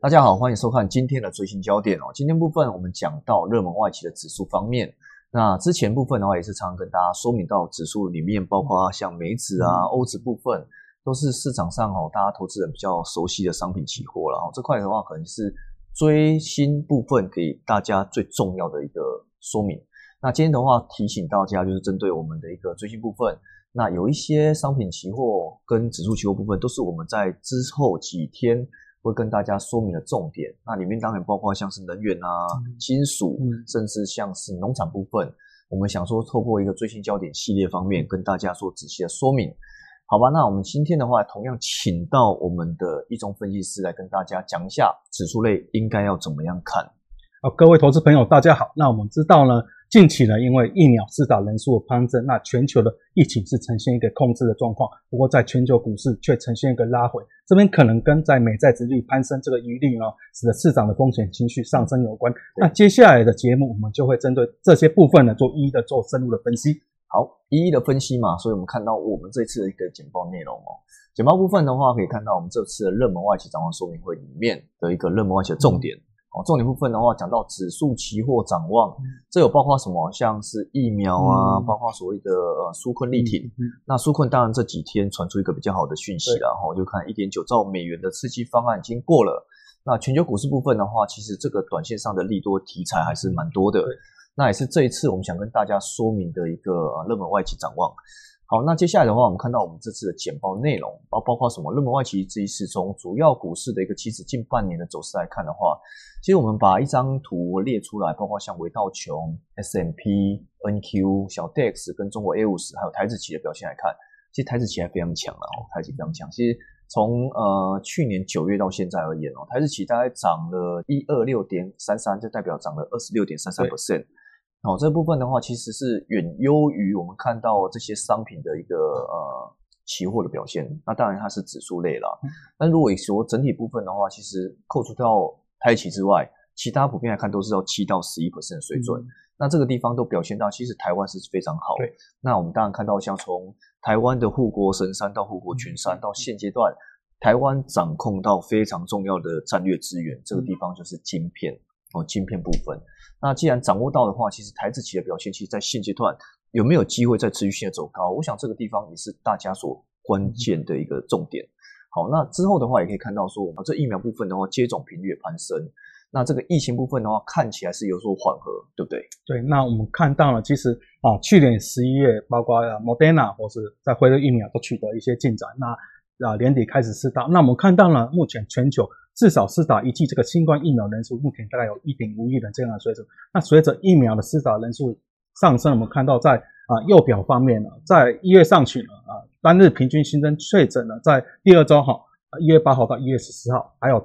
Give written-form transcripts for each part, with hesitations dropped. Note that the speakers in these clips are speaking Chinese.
大家好，欢迎收看今天的最新焦点哦。今天部分我们讲到热门外企的指数方面，那之前部分的话也是常常跟大家说明到指数里面包括像美指啊、欧指部分，都是市场上大家投资人比较熟悉的商品期货了。这块的话可能是追新部分给大家最重要的一个说明。那今天的话提醒大家就是针对我们的一个追新部分，那有一些商品期货跟指数期货部分都是我们在之后几天会跟大家说明的重点，那里面当然包括像是能源啊、金属，甚至像是农产部分，我们想说透过一个最新焦点系列方面跟大家做仔细的说明。好吧，那我们今天的话同样请到我们的一中分析师来跟大家讲一下指数类应该要怎么样看。 各位投资朋友大家好，那我们知道呢，近期呢因为疫苗施打人数的攀升，那全球的疫情是呈现一个控制的状况，不过在全球股市却呈现一个拉回，这边可能跟在美债殖利率攀升这个疑虑使得市场的风险情绪上升有关。那接下来的节目我们就会针对这些部分呢做一一的做深入的分析。 好，一一的分析嘛，所以我们看到我们这次的一个简报内容简报部分的话可以看到我们这次的热门外企展望说明会里面的一个热门外企的重点。重点部分的话讲到指数期货展望，这有包括什么，像是疫苗啊，包括所谓的纾困力挺。那纾困当然这几天传出一个比较好的讯息啦，就看 1.9 兆美元的刺激方案已经过了。那全球股市部分的话，其实这个短线上的利多题材还是蛮多的，那也是这一次我们想跟大家说明的一个热门外企展望。好，那接下来的话我们看到我们这次的简报内容包括什么，热门外企之一是从主要股市的一个期指近半年的走势来看的话，其实我们把一张图列出来，包括像微道琼、S&P、NQ、小 DAX 跟中国 A50 还有台指期的表现来看，其实台指期还非常强台指期非常强。其实从去年9月到现在而言台指期大概涨了 126.33， 就代表涨了 26.33%。这部分的话其实是远优于我们看到这些商品的一个期货的表现。那当然它是指数类啦，但如果说整体部分的话，其实扣除掉台期之外，其他普遍来看都是到7到11% 的水准。那这个地方都表现到其实台湾是非常好。那我们当然看到像从台湾的护国神山到护国群山，到现阶段台湾掌控到非常重要的战略资源，这个地方就是晶片晶片部分。那既然掌握到的话，其实台指期的表现其实在现阶段有没有机会再持续性的走高，我想这个地方也是大家所关键的一个重点。好，那之后的话也可以看到说这疫苗部分的话接种频率也攀升，那这个疫情部分的话看起来是有所缓和，对不对？ 对，那我们看到了其实去年11月包括Moderna 或是在辉瑞疫苗都取得一些进展，那年底开始施打，那我们看到了目前全球至少施打一剂这个新冠疫苗人数目前大概有 1.5 亿人这样的水准。那随着疫苗的施打人数上升，我们看到在右表方面在1月上旬单日平均新增确诊在第二周1月8号到1月14号还有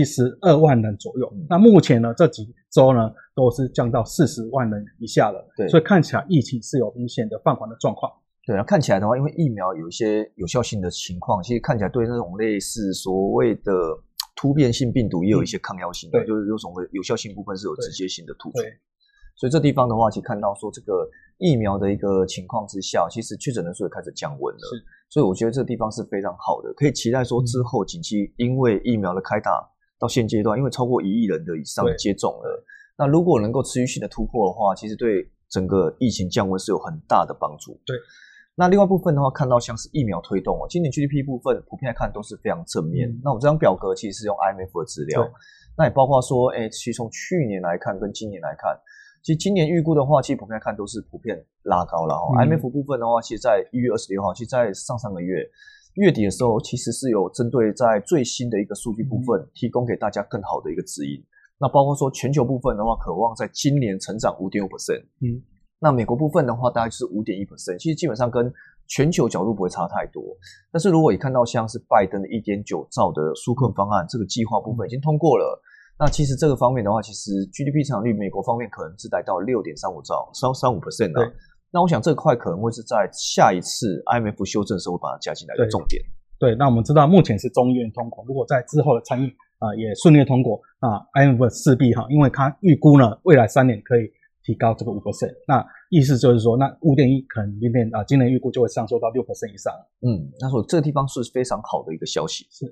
72万人左右。那目前这几周都是降到40万人以下了，所以看起来疫情是有明显的放缓的状况。 对啊，看起来的话，因为疫苗有一些有效性的情况，其实看起来对那种类似所谓的突变性病毒也有一些抗药性的，就是有种有效性部分是有直接性的突出。所以这地方的话，其实看到说这个疫苗的一个情况之下，其实确诊人数也开始降温了。所以我觉得这个地方是非常好的，可以期待说之后景气因为疫苗的开打到现阶段，因为超过1亿人的以上接种了，那如果能够持续性的突破的话，其实对整个疫情降温是有很大的帮助。 对。 那另外部分的话，看到像是疫苗推动今年 GDP 部分普遍来看都是非常正面。那我们这张表格其实是用 IMF 的资料，那也包括说其实从去年来看跟今年来看，其实今年预估的话，其实普遍来看都是普遍拉高了IMF 部分的话，其实在1月26号，其实在上3个月月底的时候，其实是有针对在最新的一个数据部分提供给大家更好的一个指引。那包括说全球部分的话，渴望在今年成长 5.5%。那美国部分的话大概就是 5.1%， 其实基本上跟全球角度不会差太多。但是如果你看到像是拜登的 1.9 兆的纾困方案，这个计划部分已经通过了，那其实这个方面的话，其实 GDP 成长率美国方面可能是达到 6.35 兆 35% 那我想这块可能会是在下一次 IMF 修正的时候把它加进来的重点。 对，那我们知道目前是众议院通过，如果在之后的参议也顺利通过IMF 势必因为它预估未来3年可以提高这个 5%， 那意思就是说那 5.1 可能今年预估就会上修到 6% 以上。 那所以这个地方是非常好的一个消息。 是。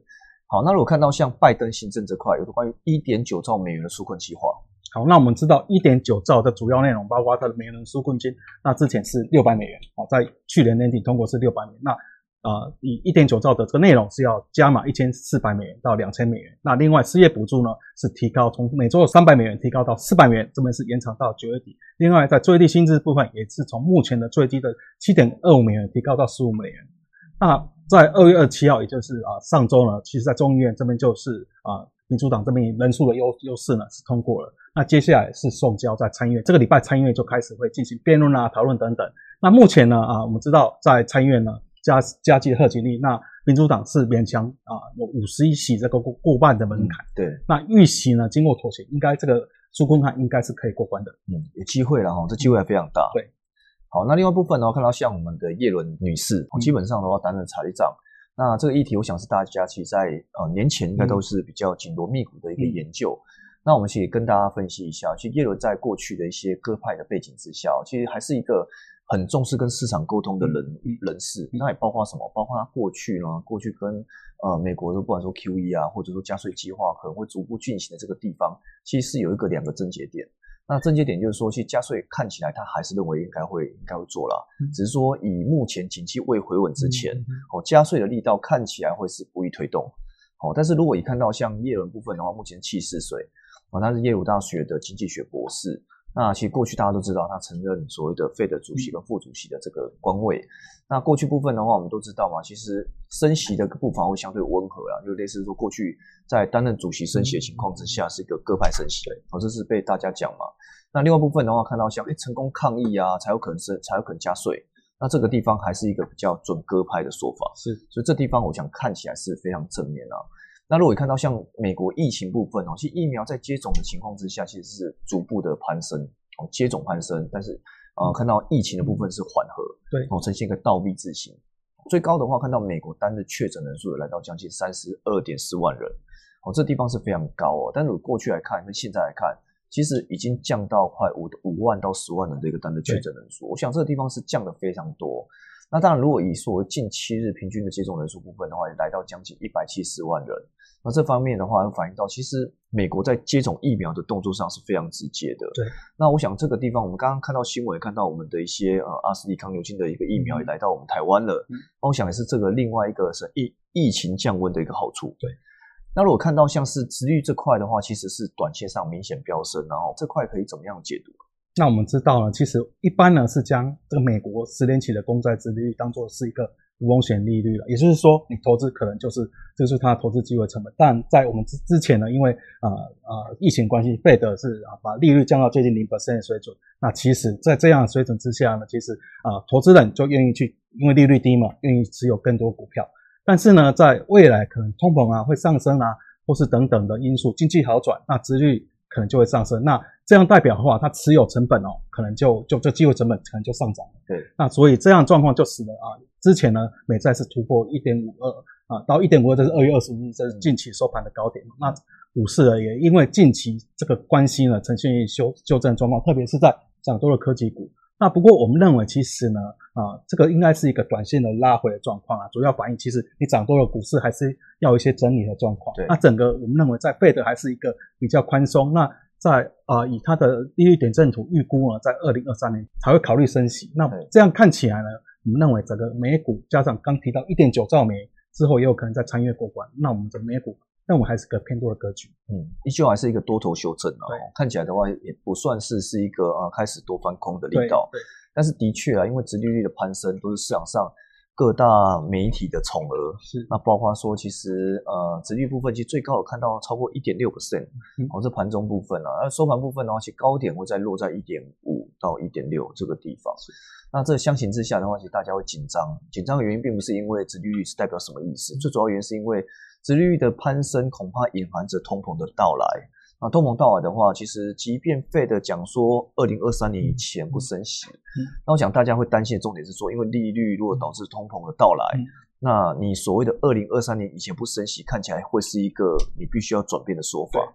好，那如果看到像拜登行政这块有关于1.9兆美元的纾困计划。 好，那我们知道1.9兆的主要内容包括它的每人纾困金，那之前是600美元，在去年年底通过是600美元，那以1.9兆的这个内容是要加码1400美元到2000美元。那另外失业补助呢是提高，从每周300美元提高到400美元，这边是延长到9月底。另外在最低薪资部分也是从目前的最低的7.25美元提高到15美元。那在2月27号，也就是上周呢，其实在众议院这边就是民主党这边人数的优势呢是通过了。那接下来是送交在参议院，这个礼拜参议院就开始会进行辩论讨论等等。那目前呢我们知道在参议院呢加计贺锦丽，那民主党是勉强有51席这个过半的门槛。 对， 那预期呢经过妥协，应该这个纾困案应该是可以过关的。 有机会了这机会还非常大。 对， 好，那另外部分呢，看到像我们的叶伦女士，基本上的话担任财力长。那这个议题，我想是大家其实在年前应该都是比较紧锣密鼓的一个研究。那我们其实跟大家分析一下，其实叶伦在过去的一些鸽派的背景之下，其实还是一个很重视跟市场沟通的人士。那也包括什么？包括他过去跟美国的不管说 QE 或者说加税计划可能会逐步进行的这个地方，其实是有2个症结点。那症结点就是说，其实加税看起来他还是认为应该会做啦，只是说以目前经济未回稳之前，加税的力道看起来会是不易推动。但是如果看到像叶伦部分的话，目前74岁，他是耶鲁大学的经济学博士。那其实过去大家都知道，他承认所谓的Fed主席跟副主席的这个官位。那过去部分的话，我们都知道嘛，其实升息的步伐会相对温和啦，就类似说过去在担任主席升息的情况之下，是一个鸽派升息，这是被大家讲嘛。那另外部分的话，看到像成功抗议才有可能加税，那这个地方还是一个比较准鸽派的说法， 是， 所以这地方我想看起来是非常正面啊。那如果看到像美国疫情部分其实疫苗在接种的情况之下，其实是逐步的攀升，接种攀升，但是看到疫情的部分是缓和， 对， 呈现一个倒 V 字形。最高的话，看到美国单日确诊人数有来到将近32.4万人，这地方是非常高但是如果过去来看跟现在来看，其实已经降到快5万到10万人的一个单日确诊人数，我想这个地方是降得非常多。那当然，如果以所谓近7日平均的接种人数部分的话，也来到将近174万人。那这方面的话，反映到其实美国在接种疫苗的动作上是非常直接的。 对。 那我想这个地方，我们刚刚看到新闻，也看到我们的一些阿斯利康牛津的一个疫苗也来到我们台湾了。那我想也是这个另外一个是疫情降温的一个好处。 对。 那如果看到像是殖利率这块的话，其实是短线上明显飙升，然后这块可以怎么样解读？ 那我们知道呢，其实一般呢是将这个美国10年期的公债殖利率当作是一个无风险利率了，也就是说你投资可能就是它的投资机会成本。但在我们之前呢，因为疫情关系，Fed 是把利率降到接近 0% 的水准。那其实在这样的水准之下呢，其实投资人就愿意去，因为利率低嘛，愿意持有更多股票。但是呢，在未来可能通膨会上升或是等等的因素，经济好转，那殖利率可能就会上升。那这样代表的话，它持有成本可能就这机会成本可能就上涨了。 对。 那所以这样的状况就使得之前呢美债是突破 1.52 到 1.52， 这是2月25日，这是近期收盘的高点。那股市呢也因为近期这个关系呢呈现修正状况，特别是在涨多的科技股。那不过我们认为其实呢这个应该是一个短线的拉回的状况主要反映其实你涨多了股市还是要有一些整理的状况。那整个我们认为在Fed还是一个比较宽松，那在以它的利率点阵图预估呢，在2023年才会考虑升息。那这样看起来呢，我们认为整个美股加上刚提到 1.9 兆美元之后也有可能在参议院过关，那我们整个美股认为还是个偏多的格局。 依旧还是一个多头修正看起来的话也不算是一个开始多翻空的力道。 对。 但是的确因为殖利率的攀升都是市场上各大媒体的宠儿， 是。 那包括说其实殖利率部分其实最高有看到超过 1.6%，这盘中部分那收盘部分的话，其实高点会再落在 1.5 到 1.6 这个地方。那这相形之下的话，其实大家会紧张的原因并不是因为殖利率是代表什么意思，最主要原因是因为殖利率的攀升恐怕隐含着通膨的到来。那通膨到来的话，其实即便 Fed 讲说2023年以前不升息，那我想大家会担心的重点是说，因为利率如果导致通膨的到来，那你所谓的2023年以前不升息看起来会是一个你必须要转变的说法。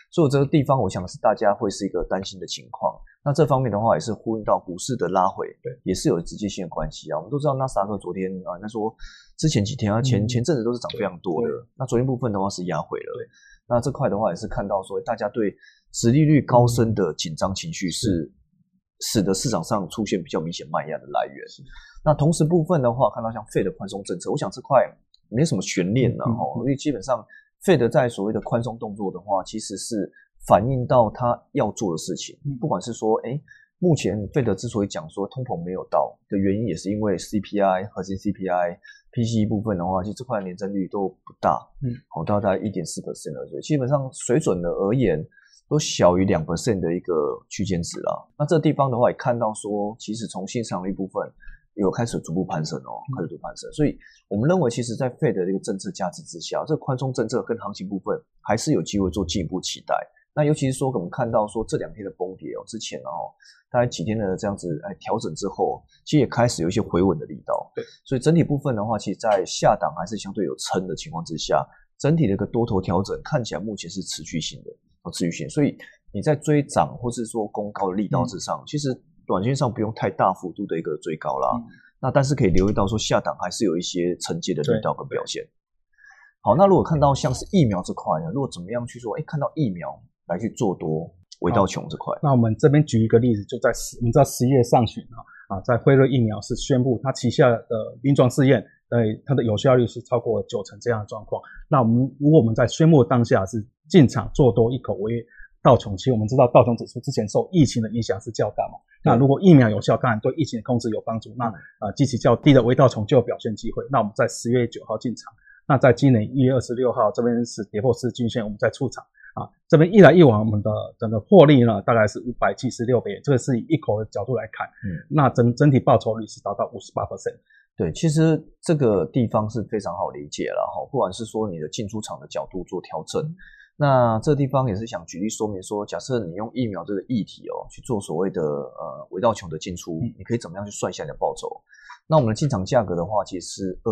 所以这个地方我想是大家会是一个担心的情况。那这方面的话也是呼应到股市的拉回， 对， 也是有直接性的关系啊。我们都知道纳斯达克昨天啊，应该说之前几天啊，前阵子都是涨非常多的，那昨天部分的话是压回了。那这块的话也是看到说大家对殖利率高升的紧张情绪是使得市场上出现比较明显卖压的来源。那同时部分的话，看到像 Fed 的宽松政策，我想这块没什么悬念了因为基本上 Fed 在所谓的宽松动作的话，其实是反映到他要做的事情，不管是说目前 Fed 之所以讲说通膨没有到的原因，也是因为 CPI 核心 CPI、PCE 部分的话，其实这块年增率都不大，大概 1.4% 而已，基本上水准的而言都小于 2% 的一个区间值啦。那这个地方的话也看到说，其实从新市场率部分有开始逐步攀升开始逐步攀升，所以我们认为其实在 Fed 的一个政策价值之下，这个宽松政策跟行情部分还是有机会做进一步期待。那尤其是说我们看到说这2天的崩跌之前大概几天的这样子调整之后，其实也开始有一些回稳的力道。对，所以整体部分的话，其实在下档还是相对有撑的情况之下，整体的一个多头调整看起来目前是持续性的所以你在追涨或是说攻高的力道之上，其实短线上不用太大幅度的一个追高啦。那但是可以留意到说下档还是有一些承接的力道跟表现。好，那如果看到像是疫苗这块呢，如果怎么样去说看到疫苗来去做多微道琼这块， 那我们这边举一个例子，就在我们知道10月上旬在辉瑞疫苗是宣布它旗下的临床试验，它的有效率是超过90%这样的状况。那如果我们在宣布当下是进场做多一口微道琼，其实我们知道道琼指数之前受疫情的影响是较大嘛，那如果疫苗有效，当然对疫情的控制有帮助，那基期较低的微道琼就有表现机会。那我们在10月9号进场，那在今年1月26号这边是跌破4均线，我们再出场这边一来一往，我们的整个获利呢大概是576倍，这个是以一口的角度来看，那整体报酬率是达到 58%。 对，其实这个地方是非常好理解啦不管是说你的进出场的角度做调整，那这个地方也是想举例说明说，假设你用疫苗这个议题去做所谓的微道琼的进出，你可以怎么样去算一下你的报酬。那我们的进场价格的话，其实是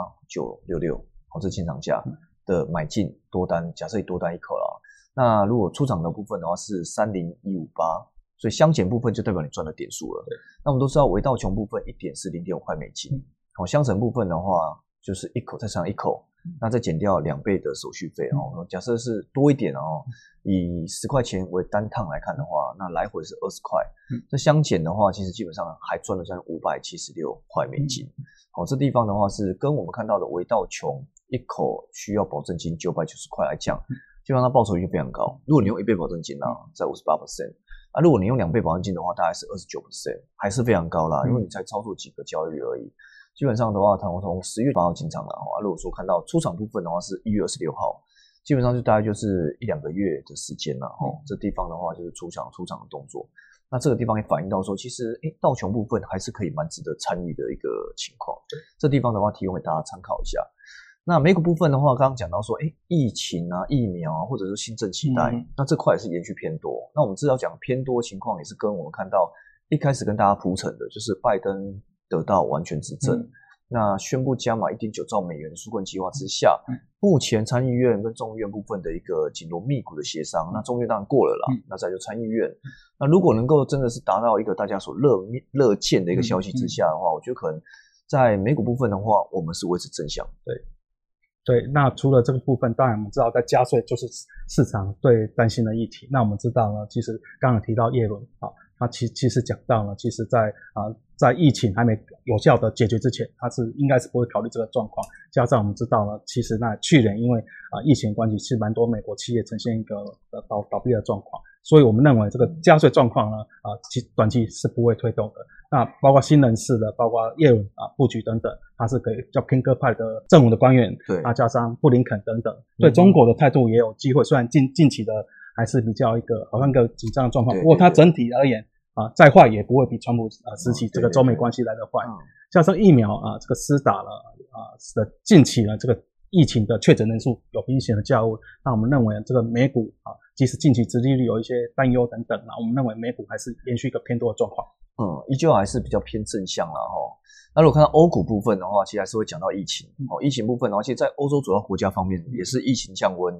28966这进场价的买进多单，假设你多单一口啦。那如果出场的部分的话是30158，所以相减部分就代表你赚的点数了。那我们都知道微道琼部分1点是 0.5 块美金，相乘部分的话就是一口再上一口，那再减掉2倍的手续费假设是多一点以10块钱为单趟来看的话，那来回是20块，这相减的话其实基本上还赚了将近576块美金。这地方的话是跟我们看到的微道琼一口需要保证金990块来讲，基本上它报酬率非常高。如果你用1倍保证金在 58%， 如果你用2倍保证金的话大概是 29%， 还是非常高啦，因为你才操作几个交易日而已。基本上的话我从10月8号进场如果说看到出场部分的话是1月26号，基本上就大概就是1-2个月的时间这地方的话就是出场的动作。那这个地方也反映到说，其实道琼部分还是可以蛮值得参与的一个情况。这地方的话提供给大家参考一下。那美股部分的话，刚刚讲到说疫情疫苗或者是新政期待，那这块也是延续偏多。那我们知道讲偏多情况也是跟我们看到一开始跟大家铺陈的，就是拜登得到完全执政，那宣布加码 1.9 兆美元纾困计划之下，目前参议院跟众议院部分的一个紧锣密鼓的协商，那众议院当然过了啦，那再就参议院。那如果能够真的是达到一个大家所乐见的一个消息之下的话，我觉得可能在美股部分的话，我们是维持正向。 对，那除了这个部分，当然我们知道在加税就是市场最担心的议题。那我们知道呢，其实刚刚提到耶伦他其实讲到了，其实在疫情还没有效的解决之前，他是应该是不会考虑这个状况。加上我们知道呢，其实那去年因为疫情关系，是蛮多美国企业呈现一个倒闭的状况，所以我们认为这个加税状况呢短期是不会推动的。那包括新人事的，包括耶伦布局等等，他是可以叫偏鸽派的政府的官员，对，加上布林肯等等，对中国的态度也有机会。虽然近期的还是比较好像一个紧张的状况，不过它整体而言再坏也不会比川普时期这个中美关系来得坏。加上疫苗这个施打了使得近期呢这个疫情的确诊人数有明显的降温。那我们认为这个美股即使近期殖利率有一些担忧等等我们认为美股还是延续一个偏多的状况。 依旧还是比较偏正向啦那如果看到欧股部分的话，其实还是会讲到疫情疫情部分的话，其实在欧洲主要国家方面也是疫情降温，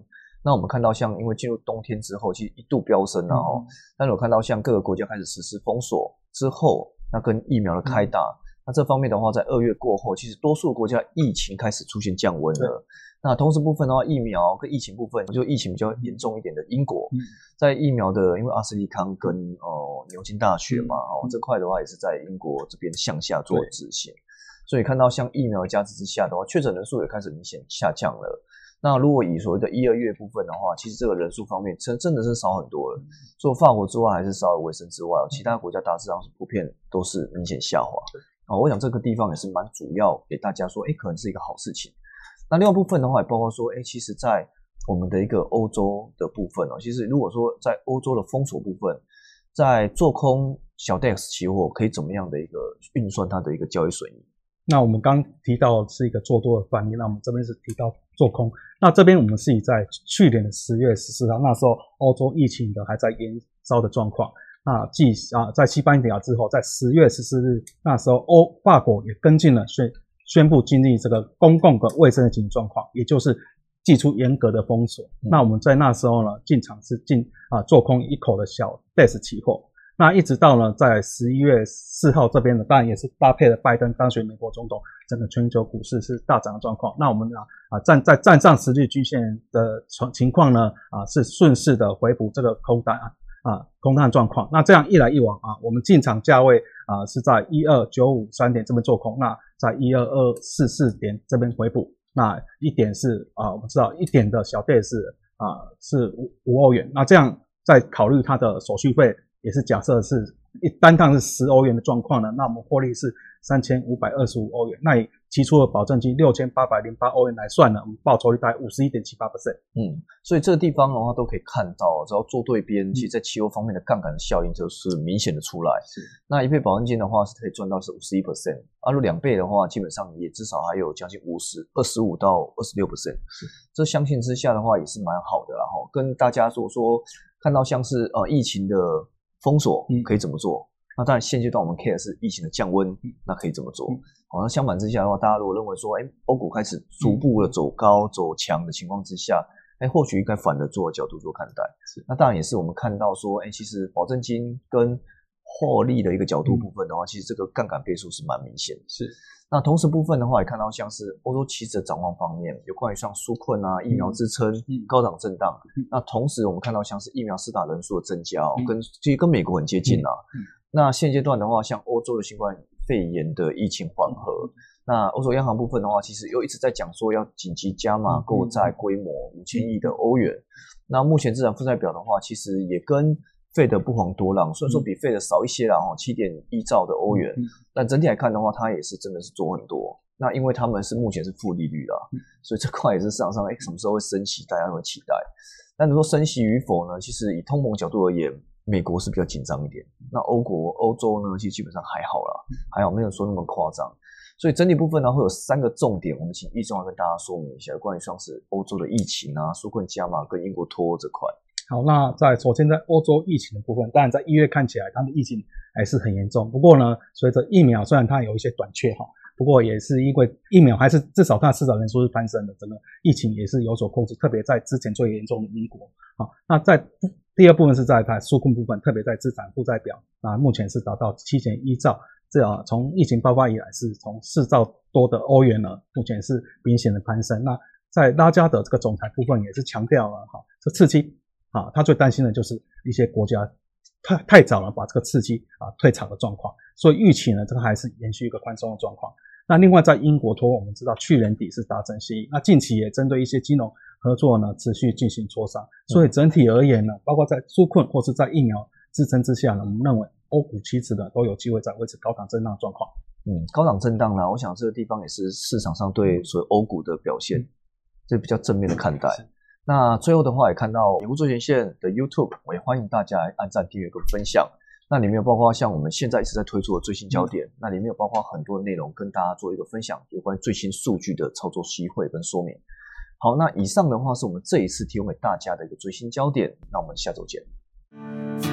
那我们看到像因为进入冬天之后，其实一度飙升了但是我看到像各个国家开始实施封锁之后，那跟疫苗的开打，那这方面的话，在2月过后，其实多数国家疫情开始出现降温了。那同时部分的话，疫苗跟疫情部分，就疫情比较严重一点的英国，在疫苗的因为阿斯利康跟牛津大学嘛，这块的话也是在英国这边向下做执行，所以看到像疫苗的加持之下的话，确诊人数也开始明显下降了。那如果以所谓的1、2月部分的话，其实这个人数方面真的是少很多了。除了法国之外，还是稍微卫生之外，其他国家大致上是普遍都是明显下滑。我想这个地方也是蛮主要给大家说，可能是一个好事情。那另外部分的话，也包括说，其实在我们的一个欧洲的部分其实如果说在欧洲的封锁部分，在做空小 DAX 期货可以怎么样的一个运算它的一个交易损益？ 那我们刚提到是一个做多的范例，那我们这边是提到做空。那这边我们是以在去年的10月14号，那时候欧洲疫情的还在延烧的状况。那在西班牙之后，在10月14日，那时候法国也跟进了宣布经历这个公共的卫生的紧急状况，也就是祭出严格的封锁。那我们在那时候呢，进场是做空一口的小 DAX 期货。那一直到呢，在11月4号这边呢，当然也是搭配了拜登当选美国总统，整个全球股市是大涨的状况。那我们站上10日均线的情况呢，是顺势的回补这个空单状况。那这样一来一往我们进场价位是在12953点这边做空，那在12244点这边回补。那一点是我们知道一点的小 DAX 是5欧元。那这样再考虑它的手续费，也是假设是单趟是10欧元的状况呢，那我们获利是3525欧元。那以期初的保证金6808欧元来算呢，我们报酬率大概 51.78%。 所以这个地方的话都可以看到，只要做对边，其实在期货方面的杠杆的效应就是明显的出来。那1倍保证金的话是可以赚到是 51%， 如果2倍的话，基本上也至少还有将近25到 26%。这相信之下的话也是蛮好的啦。跟大家说看到像是疫情的封锁可以怎么做？那当然现阶段我们 care 是疫情的降温，那可以怎么做？那相反之下的话，大家如果认为说，欧股开始逐步的走高走强的情况之下，或许应该反着做的角度做看待。那当然也是我们看到说，其实保证金跟获利的一个角度部分的话，其实这个杠杆倍数是蛮明显的。那同时部分的话，也看到像是欧洲期指的展望方面，有关于像纾困疫苗支撑、高档震荡。那同时我们看到像是疫苗施打人数的增加其实跟美国很接近那现阶段的话，像欧洲的新冠肺炎的疫情缓和，那欧洲央行部分的话，其实又一直在讲说要紧急加码购债规模5000亿的欧元。那目前资产负债表的话，其实也跟Fed 不遑多让，虽然说比 Fed 少一些啦，7.1兆的欧元，但整体来看的话，它也是真的是做很多。那因为他们是目前是负利率啦，所以这块也是市场上什么时候会升息，大家都会期待。但如果说升息与否呢，其实以通膨角度而言，美国是比较紧张一点。那欧洲呢，其实基本上还好啦，还好没有说那么夸张。所以整体部分呢，会有3个重点，我们请易中来跟大家说明一下，关于像是欧洲的疫情纾困加码跟英国脱欧这块。 好，那首先在欧洲疫情的部分，当然在1月看起来它的疫情还是很严重。不过呢，随着疫苗虽然它有一些短缺不过也是因为疫苗还是至少它的施打人数是攀升的，整个疫情也是有所控制，特别在之前最严重的英国。那在第二部分是在它纾困部分，特别在资产负债表，目前是达到7.1兆，从疫情爆发以来是从4兆多的欧元呢，目前是明显的攀升。那在拉加德这个总裁部分也是强调了这刺激他最担心的就是一些国家太早了把这个刺激退场的状况，所以预期呢这个还是延续一个宽松的状况。那另外在英国脱欧，我们知道去年底是达成协议，那近期也针对一些金融合作呢持续进行磋商，所以整体而言呢，包括在纾困或是在疫苗支撑之下呢，我们认为欧股期指呢都有机会在维持高档震荡的状况。 高档震荡啦，我想这个地方也是市场上对所谓欧股的表现，这比较正面的看待。那最后的话也看到野户最前线的 YouTube， 我也欢迎大家来按赞、订阅跟分享。那里面有包括像我们现在一直在推出的最新焦点，那里面有包括很多内容跟大家做一个分享，有关最新数据的操作机会跟说明。好，那以上的话是我们这一次提供给大家的一个最新焦点，那我们下周见。